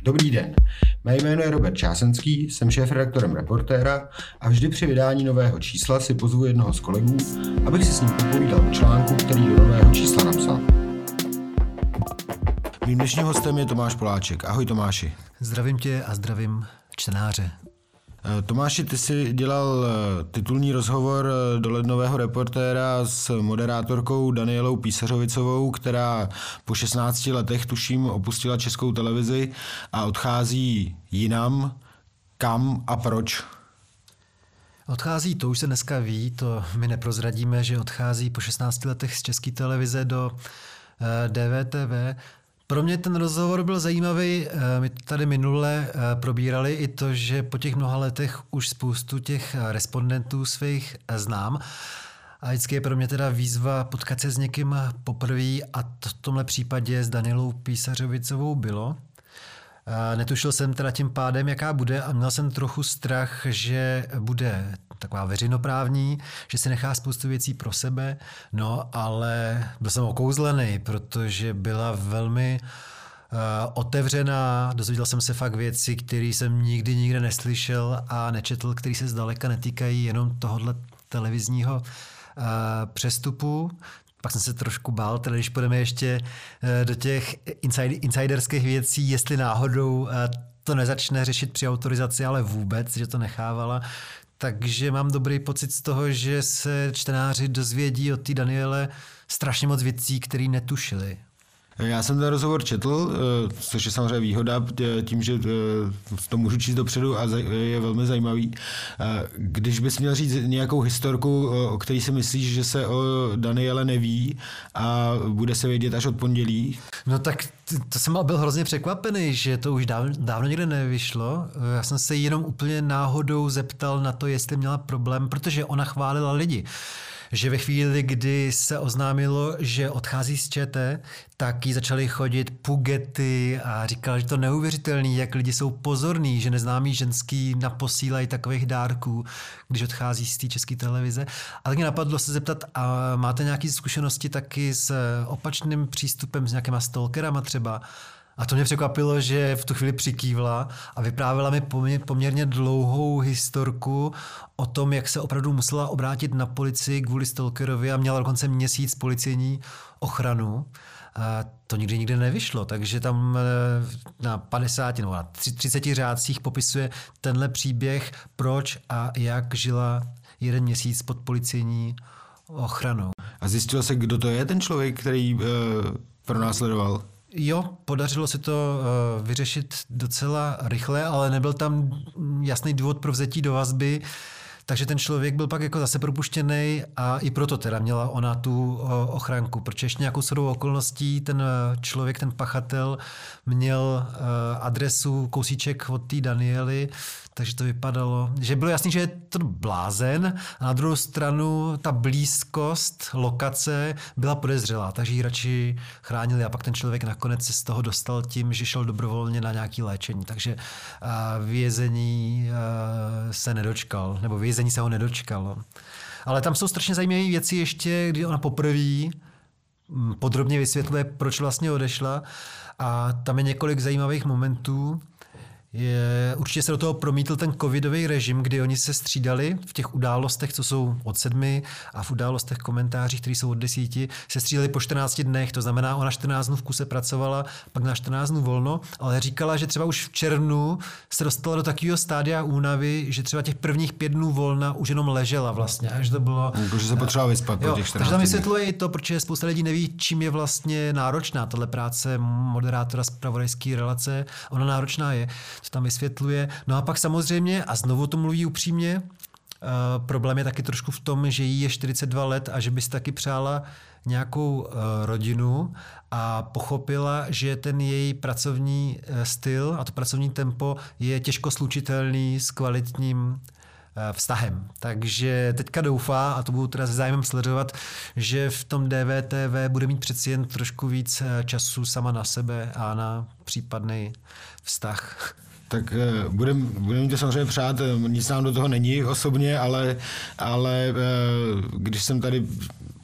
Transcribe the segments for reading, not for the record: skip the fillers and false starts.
Dobrý den, mé jméno je Robert Čásenský, jsem šéfredaktorem Reportéra a vždy při vydání nového čísla si pozvu jednoho z kolegů, abych si s ním popovídal o článku, který do nového čísla napsal. Mým dnešním hostem je Tomáš Poláček. Ahoj Tomáši. Zdravím tě a zdravím čtenáře. Tomáši, ty jsi dělal titulní rozhovor do lednového Reportéra s moderátorkou Danielou Písařovicovou, která po 16 letech, tuším, opustila Českou televizi a odchází jinam. Kam a proč? Odchází, to už se dneska ví, to my neprozradíme, že odchází po 16 letech z České televize do DVTV. Pro mě ten rozhovor byl zajímavý. My tady minule probírali i to, že po těch mnoha letech už spoustu těch respondentů svých znám. A vždycky je pro mě teda výzva potkat se s někým poprvé a to v tomhle případě s Danielou Písařovicovou bylo. Netušil jsem teda tím pádem, jaká bude a měl jsem trochu strach, že bude taková veřejnoprávní, že si nechá spoustu věcí pro sebe, no ale byl jsem okouzlený, protože byla velmi otevřená, dozvěděl jsem se fakt věci, které jsem nikdy neslyšel a nečetl, které se zdaleka netýkají jenom tohohle televizního přestupu. Pak jsem se trošku bál, teda když půjdeme ještě do těch insiderských věcí, jestli náhodou to nezačne řešit při autorizaci, ale vůbec, že to nechávala. Takže mám dobrý pocit z toho, že se čtenáři dozvědí od té Daniele strašně moc věcí, které netušili. Já jsem ten rozhovor četl, což je samozřejmě výhoda tím, že to můžu číst dopředu a je velmi zajímavý. Když bys měl říct nějakou historku, o které si myslíš, že se o Daniele neví a bude se vědět až od pondělí? No tak to jsem byl hrozně překvapený, že to už dávno někde nevyšlo. Já jsem se jenom úplně náhodou zeptal na to, jestli měla problém, protože ona chválila lidi. Že ve chvíli, kdy se oznámilo, že odchází z ČT, tak jí začaly chodit pugety a říkala, že to neuvěřitelný, jak lidi jsou pozorní, že neznámý ženský naposílají takových dárků, když odchází z té České televize. A tak mě napadlo se zeptat, a máte nějaké zkušenosti taky s opačným přístupem, s nějakýma stalkerama třeba? A to mě překvapilo, že v tu chvíli přikývla a vyprávěla mi poměrně dlouhou historku o tom, jak se opravdu musela obrátit na policii kvůli stalkerovi a měla dokonce měsíc policejní ochranu. A to nikdy nevyšlo, takže tam na 50 nebo na 30 řádcích popisuje tenhle příběh, proč a jak žila 1 měsíc pod policejní ochranou. A zjistilo se, kdo to je ten člověk, který pronásledoval? Jo, podařilo se to vyřešit docela rychle, ale nebyl tam jasný důvod pro vzetí do vazby, takže ten člověk byl pak jako zase propuštěný a i proto teda měla ona tu ochranku, protože ještě nějakou shodou okolností ten člověk, ten pachatel měl adresu kousíček od té Daniely, takže to vypadalo, že bylo jasný, že je to blázen a na druhou stranu ta blízkost lokace byla podezřelá, takže ji radši chránili a pak ten člověk nakonec se z toho dostal tím, že šel dobrovolně na nějaké léčení, takže vězení se nedočkal, nebo vězení se ho nedočkalo. Ale tam jsou strašně zajímavé věci ještě, kdy ona poprvé podrobně vysvětluje, proč vlastně odešla a tam je několik zajímavých momentů. Určitě se do toho promítl ten covidový režim, kdy oni se střídali v těch událostech, co jsou od 7 a v událostech komentářích, které jsou od 10, se střídali po 14 dnech, to znamená, ona 14 dnů v kuse pracovala, pak na 14 dnů volno, ale říkala, že třeba už v červnu se dostala do takového stádia únavy, že třeba těch prvních 5 dnů volna už jenom ležela vlastně, až to bylo... Že se potřeba vyspat po těch 14 dnech. Takže tam vysvětluje i to, protože spousta lidí neví, čím je vlastně náročná tahle práce moderátora zpravodajské relace, ona náročná je, co tam vysvětluje. No a pak samozřejmě, a znovu to mluví upřímně, problém je taky trošku v tom, že jí je 42 let a že by si taky přála nějakou rodinu a pochopila, že ten její pracovní styl a to pracovní tempo je těžko slučitelný s kvalitním vztahem. Takže teďka doufá, a to budu teda se zájmem sledovat, že v tom DVTV bude mít přeci jen trošku víc času sama na sebe a na případný vztah. Tak budeme to samozřejmě přát, nic nám do toho není osobně, ale když jsem tady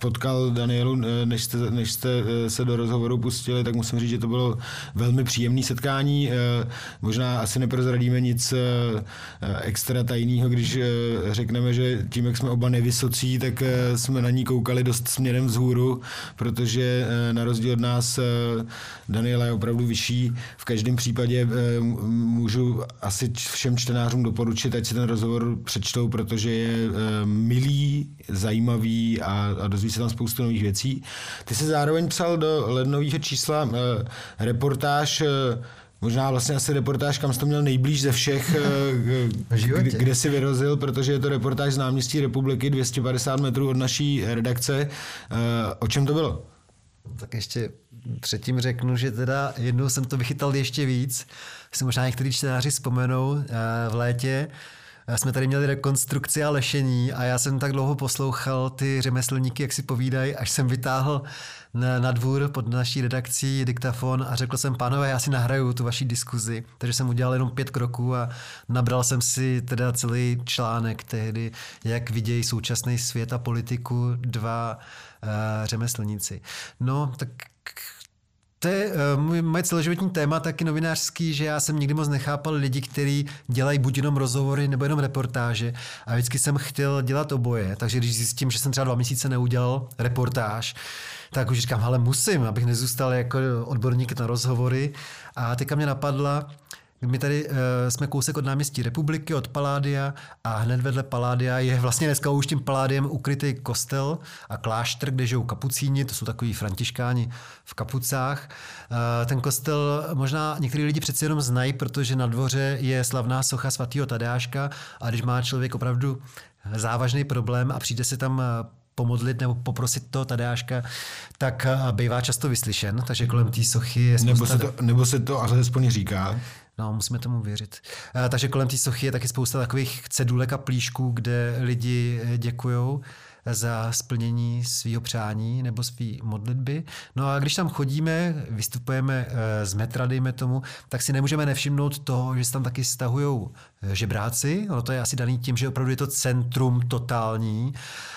potkal Danielu, než jste se do rozhovoru pustili, tak musím říct, že to bylo velmi příjemné setkání. Možná asi neprozradíme nic extra tajného, když řekneme, že tím, jak jsme oba nevysocí, tak jsme na ní koukali dost směrem vzhůru, protože na rozdíl od nás Daniela je opravdu vyšší. V každém případě můžu asi všem čtenářům doporučit, ať si ten rozhovor přečtou, protože je milý, zajímavý a dozví se tam spoustu nových věcí. Ty jsi zároveň psal do lednového čísla reportáž, možná vlastně asi reportáž, kam jsi to měl nejblíž ze všech, kde jsi vyrozil, protože je to reportáž z náměstí Republiky, 250 metrů od naší redakce. O čem to bylo? Tak ještě předtím řeknu, že teda jednou jsem to vychytal ještě víc. Si možná někteří čtenáři vzpomenou v létě. Jsme tady měli rekonstrukci a lešení a já jsem tak dlouho poslouchal ty řemeslníky, jak si povídají, až jsem vytáhl na dvůr pod naší redakcí diktafon a řekl jsem, pánové, já si nahraju tu vaši diskuzi. Takže jsem udělal jenom 5 kroků a nabral jsem si teda celý článek tehdy, jak vidějí současný svět a politiku 2 řemeslníci. No, tak to je moje celoživotní téma, taky novinářský, že já jsem nikdy moc nechápal lidi, kteří dělají buď jenom rozhovory nebo jenom reportáže a vždycky jsem chtěl dělat oboje, takže když zjistím, že jsem třeba 2 měsíce neudělal reportáž, tak už říkám, ale musím, abych nezůstal jako odborník na rozhovory a teďka mě napadla, my tady jsme kousek od náměstí Republiky, od Paládia a hned vedle Paládia je vlastně dneska už tím Paládiem ukrytý kostel a klášter, kde žijou kapucíni, to jsou takový františkáni v kapucách. Ten kostel možná některý lidi přeci jenom znají, protože na dvoře je slavná socha svatého Tadeáška a když má člověk opravdu závažný problém a přijde se tam pomodlit nebo poprosit toho Tadeáška, tak bývá často vyslyšen, takže kolem té sochy je spousta... Nebo se to alespoň říká. No, musíme tomu věřit. Takže kolem té sochy je taky spousta takových cedulek a plíšků, kde lidi děkujou za splnění svého přání nebo svý modlitby. No a když tam chodíme, vystupujeme z metra, dejme tomu, tak si nemůžeme nevšimnout toho, že se tam taky stahujou žebráci. Ono to je asi daný tím, že opravdu je to centrum totální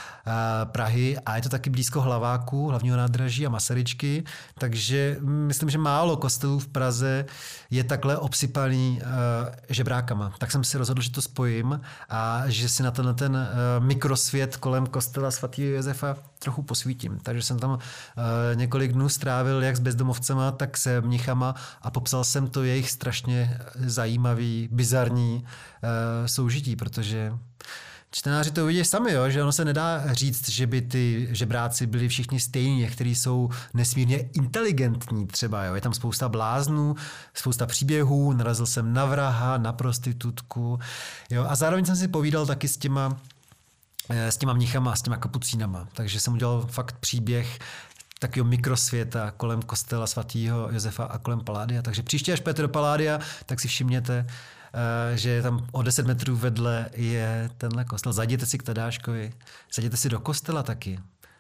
Prahy a je to taky blízko Hlaváku, hlavního nádraží a Masaryčky, takže myslím, že málo kostelů v Praze je takhle obsypaný žebrákama. Tak jsem si rozhodl, že to spojím a že si na ten mikrosvět kolem kostela svatého Josefa trochu posvítím. Takže jsem tam několik dnů strávil jak s bezdomovcema, tak se mnichama a popsal jsem to jejich strašně zajímavý, bizarní soužití, protože čtenáři to vidí sami, jo? Že ono se nedá říct, že by ty žebráci byli všichni stejní, někteří jsou nesmírně inteligentní třeba. Jo? Je tam spousta bláznů, spousta příběhů, narazil jsem na vraha, na prostitutku. Jo? A zároveň jsem si povídal taky s těma mnichama, s těma kapucínama. Takže jsem udělal fakt příběh takového mikrosvěta kolem kostela svatého Josefa a kolem Paládia. Takže příště, až půjdete do Paládia, tak si všimněte, že tam o 10 metrů vedle je tenhle kostel. Zajděte si k Tadáškovi, zajděte si do kostela taky.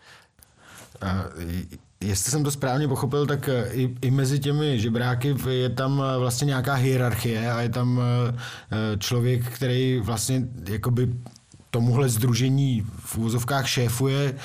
Jestli jsem to správně pochopil, tak i mezi těmi žebráky je tam vlastně nějaká hierarchie a je tam člověk, který vlastně jakoby tomuhle sdružení v úvozovkách šéfuje.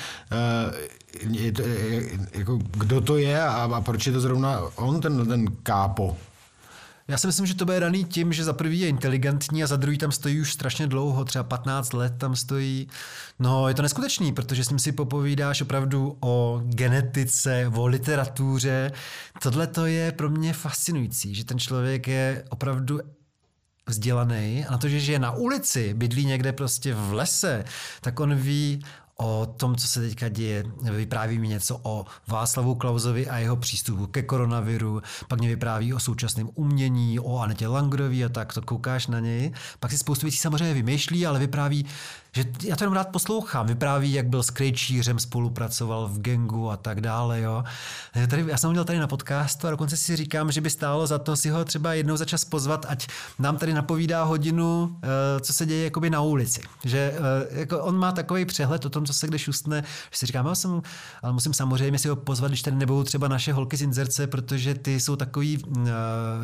Jako, kdo to je a proč je to zrovna on, ten kápo? Já si myslím, že to bude daný tím, že za prvý je inteligentní a za druhý tam stojí už strašně dlouho, třeba 15 let tam stojí. No, je to neskutečný, protože s ním si popovídáš opravdu o genetice, o literatuře. Tohle to je pro mě fascinující, že ten člověk je opravdu vzdělaný a na to, že žije na ulici, bydlí někde prostě v lese, tak on ví o tom, co se teďka děje. Vypráví mi něco o Václavu Klausovi a jeho přístupu ke koronaviru, pak mě vypráví o současném umění, o Anetě Langrový a tak, to koukáš na něj. Pak si spoustu věcí samozřejmě vymýšlí, ale vypráví, že já to jenom rád poslouchám. Vypráví, jak byl s Krejčířem, spolupracoval v gangu a tak dále. Jo. Já jsem ho měl tady na podcastu a dokonce si říkám, že by stálo za to si ho třeba jednou za čas pozvat, ať nám tady napovídá hodinu, co se děje jakoby na ulici. Že jako on má takový přehled o tom, co se kde šustne, že si říkám, ale musím samozřejmě si ho pozvat, když tady nebudou třeba naše holky z inzerce, protože ty jsou takový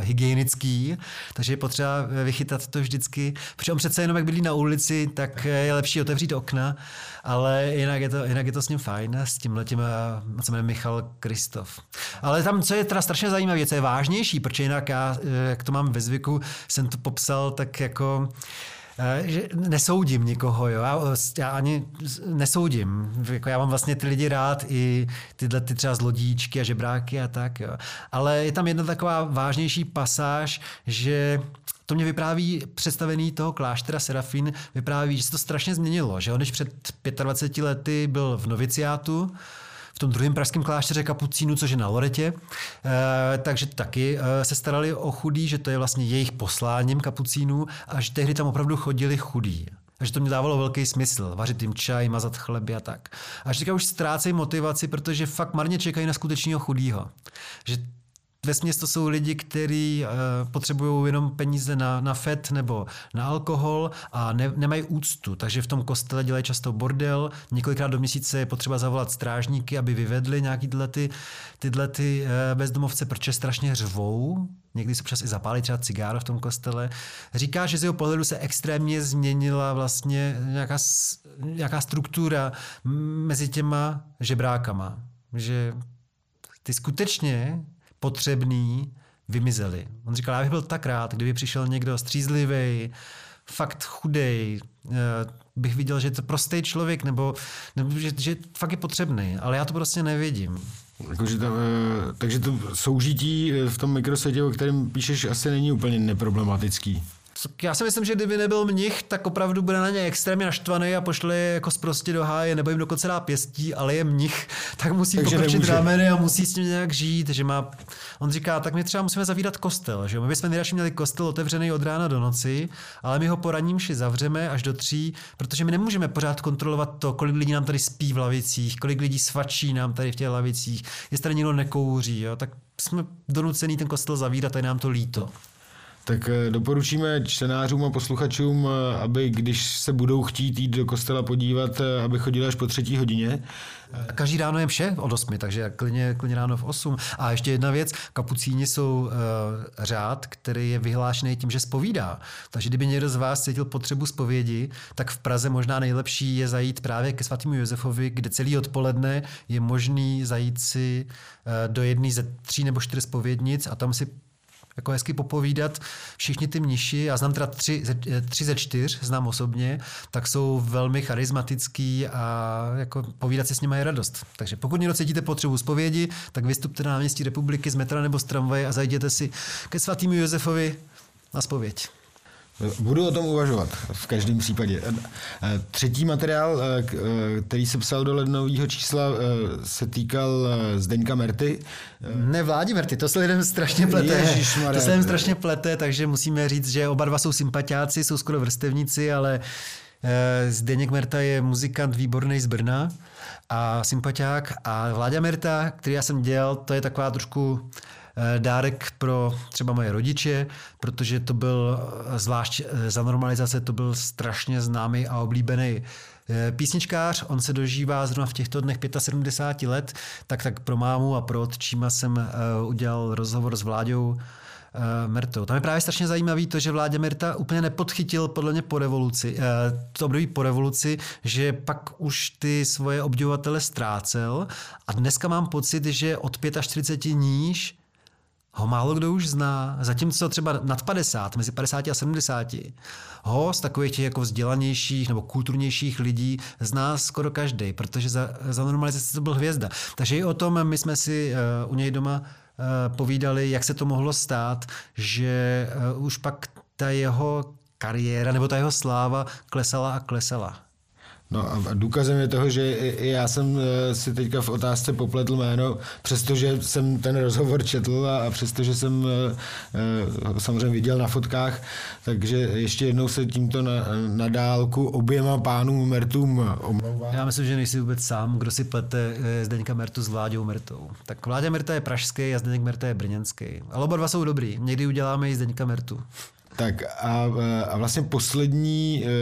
hygienický, takže je potřeba vychytat to vždycky. Protože on přece jenom, jak bydlí na ulici, tak je lepší otevřít okna, ale jinak je to s ním fajn, s tímhletím, co jmenuje Michal Kristof. Ale tam, co je teda strašně zajímavé, co je vážnější, protože jinak já, jak to mám ve zvyku, jsem to popsal tak jako že nesoudím nikoho, jo. Já ani nesoudím. Jako já mám vlastně ty lidi rád, i tyhle ty třeba zlodíčky a žebráky a tak, jo. Ale je tam jedna taková vážnější pasáž, že to mě vypráví představený toho kláštera Serafín, vypráví, že se to strašně změnilo, že on když před 25 lety byl v noviciátu, v tom druhém pražském klášteře kapucínů, což je na Loretě, takže taky se starali o chudý, že to je vlastně jejich posláním kapucínů a že tehdy tam opravdu chodili chudí. A že to mě dávalo velký smysl, vařit jim čaj, mazat chleby a tak. A že teďka už ztrácejí motivaci, protože fakt marně čekají na skutečného chudýho. Že vesměs to jsou lidi, kteří potřebují jenom peníze na FET nebo na alkohol a nemají úctu. Takže v tom kostele dělají často bordel. Několikrát do měsíce je potřeba zavolat strážníky, aby vyvedli nějaký tyhle bezdomovce, protože strašně řvou. Někdy se občas i zapálí třeba cigáro v tom kostele. Říká, že z jeho pohledu se extrémně změnila vlastně nějaká struktura mezi těma žebrákama. Že ty skutečně potřebný vymizeli. On říkal, já bych byl tak rád, kdyby přišel někdo střízlivý, fakt chudej, bych viděl, že je to prostý člověk, nebo že fakt je potřebný, ale já to prostě nevidím. Takže to soužití v tom mikrosvětě, o kterém píšeš, asi není úplně neproblematický. Já si myslím, že kdyby nebyl mnich, tak opravdu bude na ně extrémně naštvaný a pošle je jako sprostě do háje, nebo jim dokonce dá pěstí, ale je mnich, tak musí pokrčit rameny a musí s tím nějak žít. Že on říká, tak my třeba musíme zavírat kostel. Že? My bychom nejradši měli kostel otevřený od rána do noci, ale my ho po ranním vši zavřeme až do 3, protože my nemůžeme pořád kontrolovat to, kolik lidí nám tady spí v lavicích, kolik lidí svačí nám tady v těch lavicích, jestli tady někdo nekouří. Jo? Tak jsme donucený ten kostel zavírat a je nám to líto. Tak doporučíme čtenářům a posluchačům, aby když se budou chtít jít do kostela podívat, aby chodili až po 3. hodině. Každý ráno je mše od 8, takže klidně ráno v 8. A ještě jedna věc, kapucíni jsou řád, který je vyhlášený tím, že zpovídá. Takže kdyby někdo z vás cítil potřebu zpovědi, tak v Praze možná nejlepší je zajít právě ke svatému Josefovi, kde celý odpoledne je možný zajít si do jedné ze 3 nebo 4 zpovědnic a tam si jako hezky popovídat. Všichni ty mniši, já znám teda 3 ze 4, znám osobně, tak jsou velmi charismatický a jako povídat si s nimi je radost. Takže pokud někdo cítíte potřebu zpovědi, tak vystupte na náměstí Republiky z metra nebo z tramvaje a zajděte si ke svatému Josefovi na zpověď. Budu o tom uvažovat v každém případě. 3. materiál, který se psal do lednového čísla, se týkal Zdeňka Merty. Ne, Vládi Merty, to se lidem strašně plete. To se lidem strašně plete, takže musíme říct, že oba dva jsou sympatiáci, jsou skoro vrstevníci, ale Zdeněk Merta je muzikant výborný z Brna a sympatiák. A Vláďa Merta, který já jsem dělal, to je taková trošku dárek pro třeba moje rodiče, protože to byl, zvlášť za normalizace, to byl strašně známý a oblíbený písničkář. On se dožívá zrovna v těchto dnech 75 let, tak pro mámu a pro otčíma jsem udělal rozhovor s Vláďou Mertou. Tam je právě strašně zajímavý to, že Vláďa Merta úplně nepodchytil podle mě po revoluci, to období po revoluci, že pak už ty svoje obdivovatele ztrácel a dneska mám pocit, že od 45 níž ho málo kdo už zná, zatímco třeba nad 50, mezi 50 a 70, ho z takových těch jako vzdělanějších nebo kulturnějších lidí zná skoro každý, protože za normalizaci to byl hvězda. Takže i o tom my jsme si u něj doma povídali, jak se to mohlo stát, že už pak ta jeho kariéra nebo ta jeho sláva klesala a klesala. No a důkazem je toho, že i já jsem si teďka v otázce popletl jméno, přestože jsem ten rozhovor četl a přestože jsem samozřejmě viděl na fotkách, takže ještě jednou se tímto na dálku oběma pánům Mertům omlouvám. Já myslím, že nejsi vůbec sám, kdo si plete Zdeňka Mertu s Vláďou Mertou. Tak Vláďa Merta je pražský a Zdeněk Merta je brněnský. Ale oba dva jsou dobrý. Někdy uděláme i Zdeňka Mertu. Tak a vlastně poslední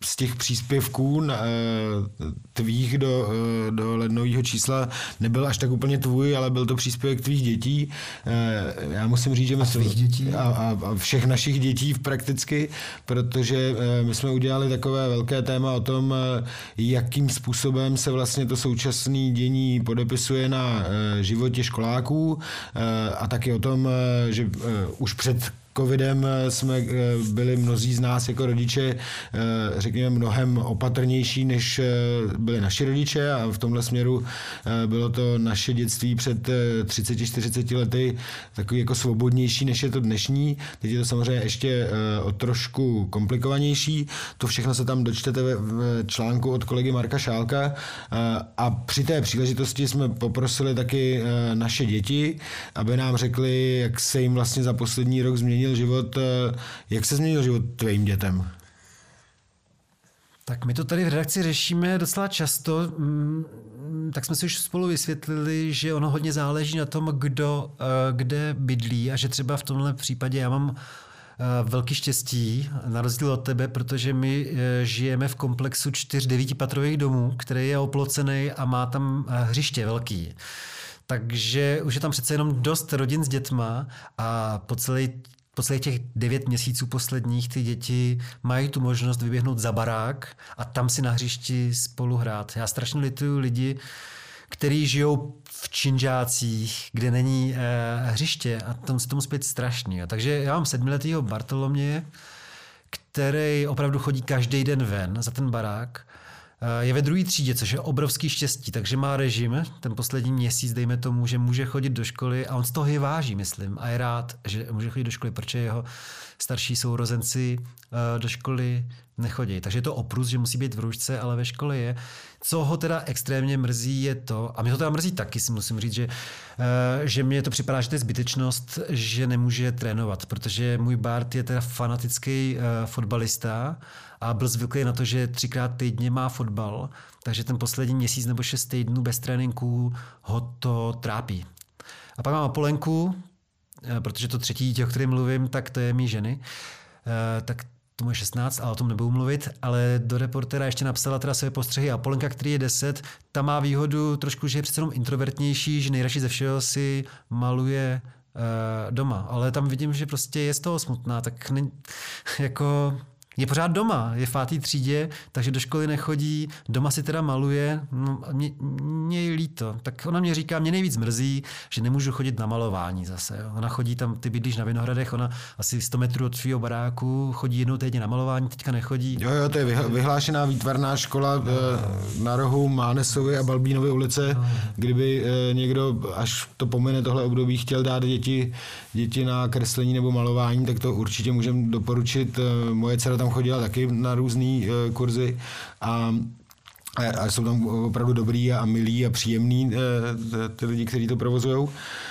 z těch příspěvků tvých do lednového čísla nebyl až tak úplně tvůj, ale byl to příspěvek tvých dětí. Já musím říct, že a všech našich dětí prakticky, protože my jsme udělali takové velké téma o tom, jakým způsobem se vlastně to současné dění podepisuje na životě školáků a taky o tom, že už před covidem jsme byli mnozí z nás jako rodiče, řekněme, mnohem opatrnější, než byli naši rodiče a v tomhle směru bylo to naše dětství před 30-40 lety takový jako svobodnější, než je to dnešní. Teď je to samozřejmě ještě o trošku komplikovanější. To všechno se tam dočtete v článku od kolegy Marka Šálka a při té příležitosti jsme poprosili taky naše děti, aby nám řekli, jak se jim vlastně za poslední rok změnil život. Jak se změnil život tvým dětem? Tak my to tady v redakci řešíme docela často. Tak jsme si už spolu vysvětlili, že ono hodně záleží na tom, kdo kde bydlí a že třeba v tomhle případě já mám velký štěstí, na rozdíl od tebe, protože my žijeme v komplexu 4 9patrových domů, který je oplocený a má tam hřiště velký. Takže už je tam přece jenom dost rodin s dětma a po celých těch 9 měsíců posledních ty děti mají tu možnost vyběhnout za barák a tam si na hřišti spolu hrát. Já strašně lituju lidi, kteří žijou v činžácích, kde není hřiště a tam se tomu zpět strašný. Takže já mám 7letýho Bartoloměje, který opravdu chodí každý den ven za ten barák. Je ve 2. třídě, což je obrovský štěstí, takže má režim, ten poslední měsíc, dejme tomu, že může chodit do školy a on z toho i váží, myslím, a je rád, že může chodit do školy, protože jeho starší sourozenci do školy nechodí. Takže je to oprus, že musí být v roušce, ale ve škole je. Co ho teda extrémně mrzí je to, a mě to teda mrzí taky, si musím říct, že mně to připadá, že to je zbytečnost, že nemůže trénovat, protože můj Bart je teda fanatický fotbalista a byl zvyklý na to, že 3krát týdně má fotbal, takže ten poslední měsíc nebo 6 týdnů bez tréninku ho to trápí. A pak mám Apolenku, protože to 3. dítě, o kterém mluvím, tak to je mý ženy, tak tomu je 16, ale o tom nebudu mluvit, ale do Reportéra ještě napsala teda své postřehy Apolenka, který je 10, ta má výhodu trošku, že je přece jenom introvertnější, že nejradši ze všeho si maluje doma, ale tam vidím, že prostě je z toho smutná, tak jako je pořád doma, je v 5. třídě, takže do školy nechodí, doma si teda maluje, no, mě je líto. Tak ona mě říká, mě nejvíc mrzí, že nemůžu chodit na malování zase. Jo. Ona chodí tam, ty bydlíš na Vinohradech, ona asi 100 metrů od svého baráku, chodí jednou týdně na malování, teďka nechodí. Jo, to je vyhlášená výtvarná škola na rohu Mánesovy a Balbínovy ulice, kdyby někdo, až to pomine tohle období, chtěl dát děti na kreslení nebo malování, tak to určitě můžeme doporučit. Moje dcera tam chodila taky na různý kurzy a jsou tam opravdu dobrý a milí a příjemný ty lidi, kteří to provozujou.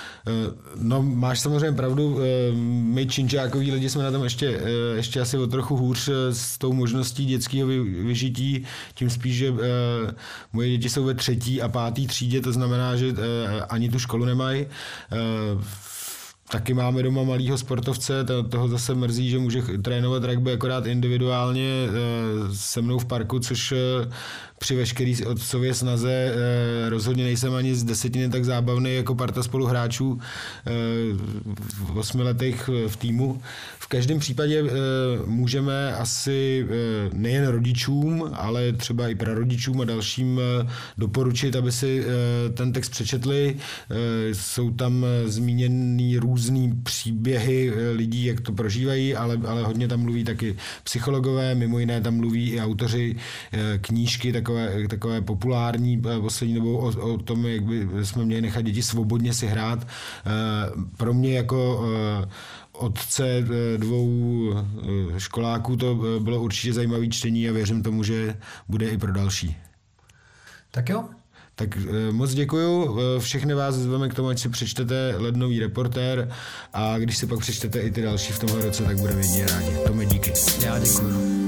No, máš samozřejmě pravdu, my činčákoví lidi jsme na tom ještě asi o trochu hůř s tou možností dětského vyžití, tím spíš, že moje děti jsou ve 3. a 5. třídě, to znamená, že ani tu školu nemají. Taky máme doma malýho sportovce, toho zase mrzí, že může trénovat rugby akorát individuálně se mnou v parku, což při veškerý otcově snaze rozhodně nejsem ani z 10 tak zábavný jako parta spoluhráčů v 8 letech v týmu. V každém případě můžeme asi nejen rodičům, ale třeba i prarodičům a dalším doporučit, aby si ten text přečetli. Jsou tam zmíněný různý příběhy lidí, jak to prožívají, ale hodně tam mluví taky psychologové, mimo jiné tam mluví i autoři knížky, takové populární poslední dobou o tom, jak by jsme měli nechat děti svobodně si hrát. Pro mě jako otce 2 školáků to bylo určitě zajímavé čtení a věřím tomu, že bude i pro další. Tak jo. Tak moc děkuju. Všechny vás zveme k tomu, ať si přečtete lednový Reportér a když si pak přečtete i ty další v tomhle roce, tak budeme jedině rádi. Tome, díky. Já děkuju.